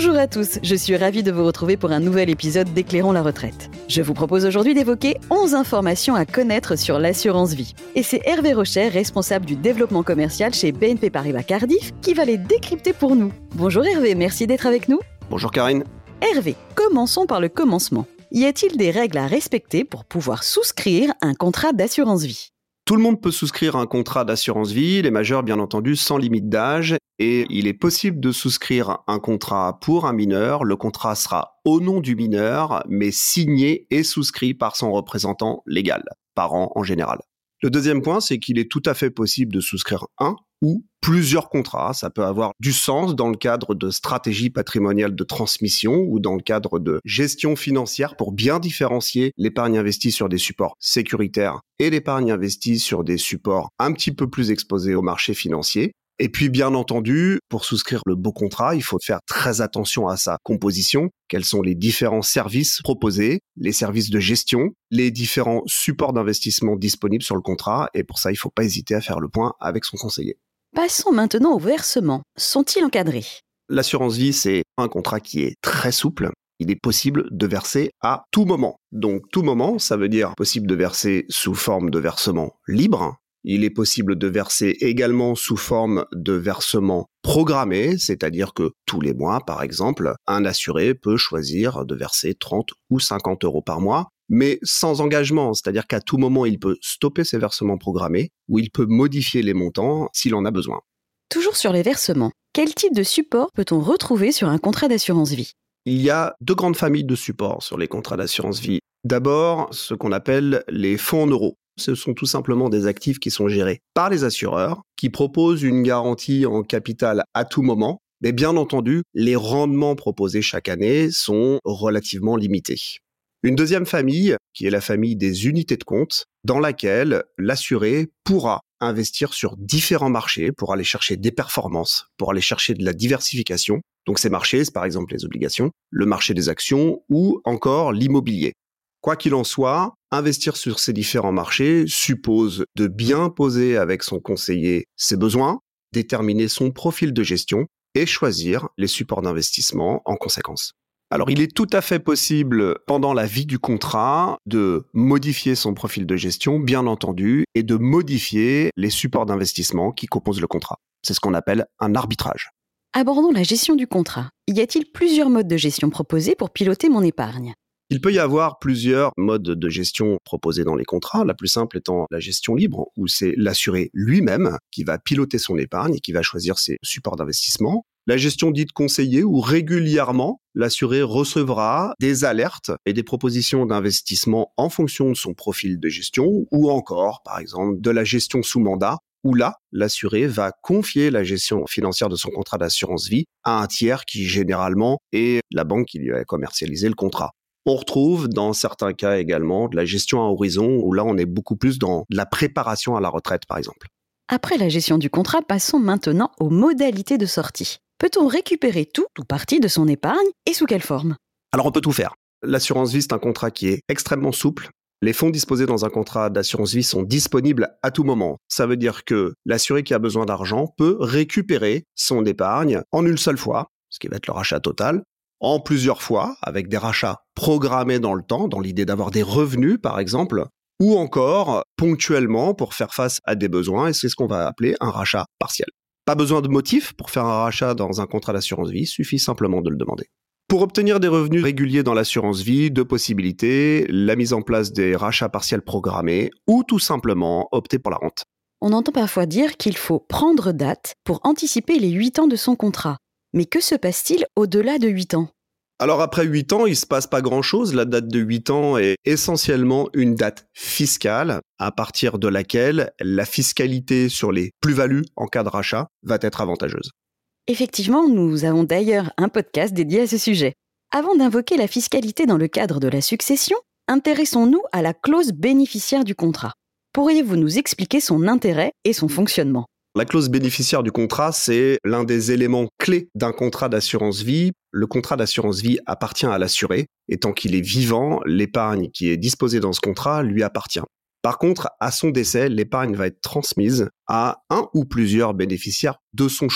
Bonjour à tous, je suis ravie de vous retrouver pour un nouvel épisode d'Éclairons la retraite. Je vous propose aujourd'hui d'évoquer 11 informations à connaître sur l'assurance vie. Et c'est Hervé Rocher, responsable du développement commercial chez BNP Paribas Cardiff, qui va les décrypter pour nous. Bonjour Hervé, merci d'être avec nous. Bonjour Karine. Hervé, commençons par le commencement. Y a-t-il des règles à respecter pour pouvoir souscrire un contrat d'assurance vie ? Tout le monde peut souscrire un contrat d'assurance vie, les majeurs bien entendu sans limite d'âge, et il est possible de souscrire un contrat pour un mineur. Le contrat sera au nom du mineur, mais signé et souscrit par son représentant légal, parent en général. Le deuxième point, c'est qu'il est tout à fait possible de souscrire un ou plusieurs contrats. Ça peut avoir du sens dans le cadre de stratégies patrimoniales de transmission ou dans le cadre de gestion financière pour bien différencier l'épargne investie sur des supports sécuritaires et l'épargne investie sur des supports un petit peu plus exposés au marché financier. Et puis, bien entendu, pour souscrire le beau contrat, il faut faire très attention à sa composition. Quels sont les différents services proposés, les services de gestion, les différents supports d'investissement disponibles sur le contrat. Et pour ça, il ne faut pas hésiter à faire le point avec son conseiller. Passons maintenant aux versements. Sont-ils encadrés ? L'assurance vie, c'est un contrat qui est très souple. Il est possible de verser à tout moment. Donc, tout moment, ça veut dire possible de verser sous forme de versement libre. Il est possible de verser également sous forme de versement programmé, c'est-à-dire que tous les mois, par exemple, un assuré peut choisir de verser 30 ou 50 euros par mois, mais sans engagement, c'est-à-dire qu'à tout moment, il peut stopper ses versements programmés ou il peut modifier les montants s'il en a besoin. Toujours sur les versements, quel type de support peut-on retrouver sur un contrat d'assurance vie ? Il y a deux grandes familles de supports sur les contrats d'assurance vie. D'abord, ce qu'on appelle les fonds en euros. Ce sont tout simplement des actifs qui sont gérés par les assureurs, qui proposent une garantie en capital à tout moment. Mais bien entendu, les rendements proposés chaque année sont relativement limités. Une deuxième famille, qui est la famille des unités de compte, dans laquelle l'assuré pourra investir sur différents marchés pour aller chercher des performances, pour aller chercher de la diversification. Donc ces marchés, c'est par exemple les obligations, le marché des actions ou encore l'immobilier. Quoi qu'il en soit, investir sur ces différents marchés suppose de bien poser avec son conseiller ses besoins, déterminer son profil de gestion et choisir les supports d'investissement en conséquence. Alors, il est tout à fait possible, pendant la vie du contrat, de modifier son profil de gestion, bien entendu, et de modifier les supports d'investissement qui composent le contrat. C'est ce qu'on appelle un arbitrage. Abordons la gestion du contrat. Y a-t-il plusieurs modes de gestion proposés pour piloter mon épargne ? Il peut y avoir plusieurs modes de gestion proposés dans les contrats, la plus simple étant la gestion libre, où c'est l'assuré lui-même qui va piloter son épargne et qui va choisir ses supports d'investissement. La gestion dite conseillée, où régulièrement, l'assuré recevra des alertes et des propositions d'investissement en fonction de son profil de gestion, ou encore, par exemple, de la gestion sous mandat, où là, l'assuré va confier la gestion financière de son contrat d'assurance vie à un tiers qui, généralement, est la banque qui lui a commercialisé le contrat. On retrouve dans certains cas également de la gestion à horizon, où là on est beaucoup plus dans la préparation à la retraite par exemple. Après la gestion du contrat, passons maintenant aux modalités de sortie. Peut-on récupérer tout ou partie de son épargne et sous quelle forme ? Alors on peut tout faire. L'assurance vie, c'est un contrat qui est extrêmement souple. Les fonds disposés dans un contrat d'assurance vie sont disponibles à tout moment. Ça veut dire que l'assuré qui a besoin d'argent peut récupérer son épargne en une seule fois, ce qui va être le rachat total, en plusieurs fois, avec des rachats programmés dans le temps, dans l'idée d'avoir des revenus par exemple, ou encore ponctuellement pour faire face à des besoins, et c'est ce qu'on va appeler un rachat partiel. Pas besoin de motif pour faire un rachat dans un contrat d'assurance vie, il suffit simplement de le demander. Pour obtenir des revenus réguliers dans l'assurance vie, deux possibilités, la mise en place des rachats partiels programmés ou tout simplement opter pour la rente. On entend parfois dire qu'il faut prendre date pour anticiper les 8 ans de son contrat. Mais que se passe-t-il au-delà de 8 ans ? Alors après 8 ans, il ne se passe pas grand-chose. La date de 8 ans est essentiellement une date fiscale à partir de laquelle la fiscalité sur les plus-values en cas de rachat va être avantageuse. Effectivement, nous avons d'ailleurs un podcast dédié à ce sujet. Avant d'invoquer la fiscalité dans le cadre de la succession, intéressons-nous à la clause bénéficiaire du contrat. Pourriez-vous nous expliquer son intérêt et son fonctionnement ? La clause bénéficiaire du contrat, c'est l'un des éléments clés d'un contrat d'assurance vie. Le contrat d'assurance vie appartient à l'assuré, et tant qu'il est vivant, l'épargne qui est disposée dans ce contrat lui appartient. Par contre, à son décès, l'épargne va être transmise à un ou plusieurs bénéficiaires de son choix.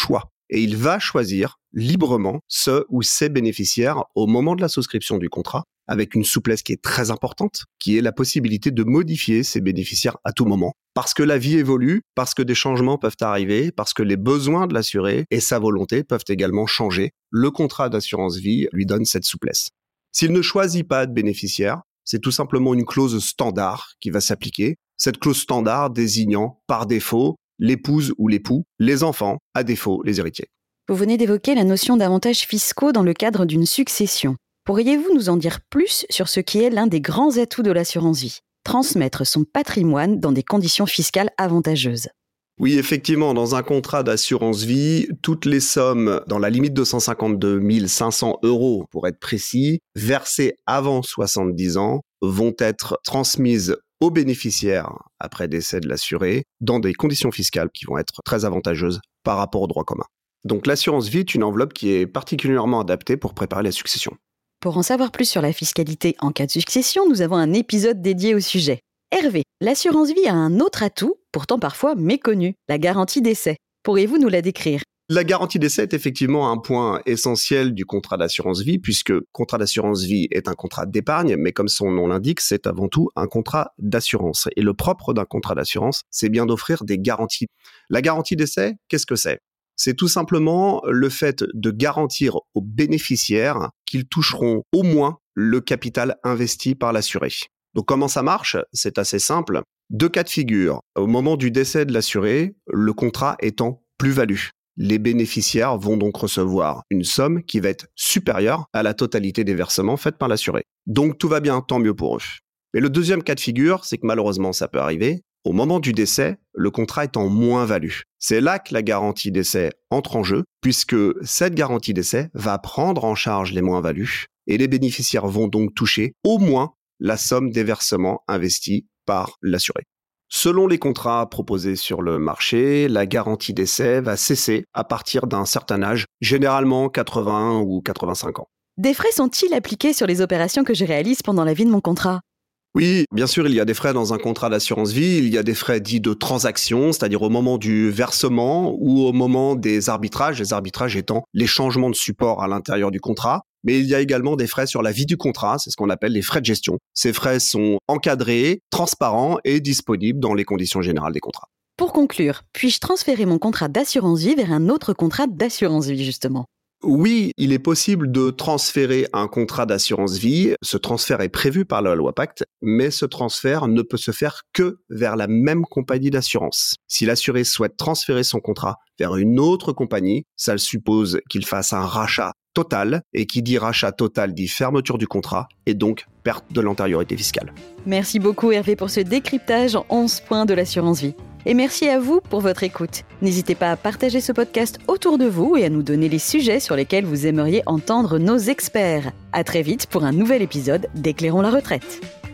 et il va choisir librement ce ou ses bénéficiaires au moment de la souscription du contrat, avec une souplesse qui est très importante, qui est la possibilité de modifier ses bénéficiaires à tout moment. Parce que la vie évolue, parce que des changements peuvent arriver, parce que les besoins de l'assuré et sa volonté peuvent également changer. Le contrat d'assurance vie lui donne cette souplesse. S'il ne choisit pas de bénéficiaire, c'est tout simplement une clause standard qui va s'appliquer. Cette clause standard désignant par défaut l'épouse ou l'époux, les enfants, à défaut les héritiers. Vous venez d'évoquer la notion d'avantages fiscaux dans le cadre d'une succession. Pourriez-vous nous en dire plus sur ce qui est l'un des grands atouts de l'assurance vie ? Transmettre son patrimoine dans des conditions fiscales avantageuses. Oui, effectivement, dans un contrat d'assurance vie, toutes les sommes, dans la limite de 152 500 € pour être précis, versées avant 70 ans, vont être transmises aux bénéficiaires après décès de l'assuré dans des conditions fiscales qui vont être très avantageuses par rapport au droit commun. Donc l'assurance vie est une enveloppe qui est particulièrement adaptée pour préparer la succession. Pour en savoir plus sur la fiscalité en cas de succession, nous avons un épisode dédié au sujet. Hervé, l'assurance vie a un autre atout, pourtant parfois méconnu, la garantie décès. Pourriez-vous nous la décrire ? La garantie décès est effectivement un point essentiel du contrat d'assurance vie, puisque contrat d'assurance vie est un contrat d'épargne, mais comme son nom l'indique, c'est avant tout un contrat d'assurance. Et le propre d'un contrat d'assurance, c'est bien d'offrir des garanties. La garantie décès, qu'est-ce que c'est ? C'est tout simplement le fait de garantir aux bénéficiaires qu'ils toucheront au moins le capital investi par l'assuré. Donc comment ça marche ? C'est assez simple. 2 cas de figure. Au moment du décès de l'assuré, le contrat étant plus-value. Les bénéficiaires vont donc recevoir une somme qui va être supérieure à la totalité des versements faits par l'assuré. Donc tout va bien, tant mieux pour eux. Mais le deuxième cas de figure, c'est que malheureusement ça peut arriver. Au moment du décès, le contrat est en moins-value. C'est là que la garantie décès entre en jeu, puisque cette garantie décès va prendre en charge les moins-values et les bénéficiaires vont donc toucher au moins la somme des versements investis par l'assuré. Selon les contrats proposés sur le marché, la garantie décès va cesser à partir d'un certain âge, généralement 80 ou 85 ans. Des frais sont-ils appliqués sur les opérations que je réalise pendant la vie de mon contrat ? Oui, bien sûr, il y a des frais dans un contrat d'assurance vie, il y a des frais dits de transaction, c'est-à-dire au moment du versement ou au moment des arbitrages, les arbitrages étant les changements de support à l'intérieur du contrat. Mais il y a également des frais sur la vie du contrat, c'est ce qu'on appelle les frais de gestion. Ces frais sont encadrés, transparents et disponibles dans les conditions générales des contrats. Pour conclure, puis-je transférer mon contrat d'assurance vie vers un autre contrat d'assurance vie justement ? Oui, il est possible de transférer un contrat d'assurance vie. Ce transfert est prévu par la loi Pacte, mais ce transfert ne peut se faire que vers la même compagnie d'assurance. Si l'assuré souhaite transférer son contrat vers une autre compagnie, ça suppose qu'il fasse un rachat total, et qui dit rachat total dit fermeture du contrat, et donc perte de l'antériorité fiscale. Merci beaucoup Hervé pour ce décryptage en 11 points de l'assurance vie. Et merci à vous pour votre écoute. N'hésitez pas à partager ce podcast autour de vous et à nous donner les sujets sur lesquels vous aimeriez entendre nos experts. À très vite pour un nouvel épisode d'Éclairons la retraite.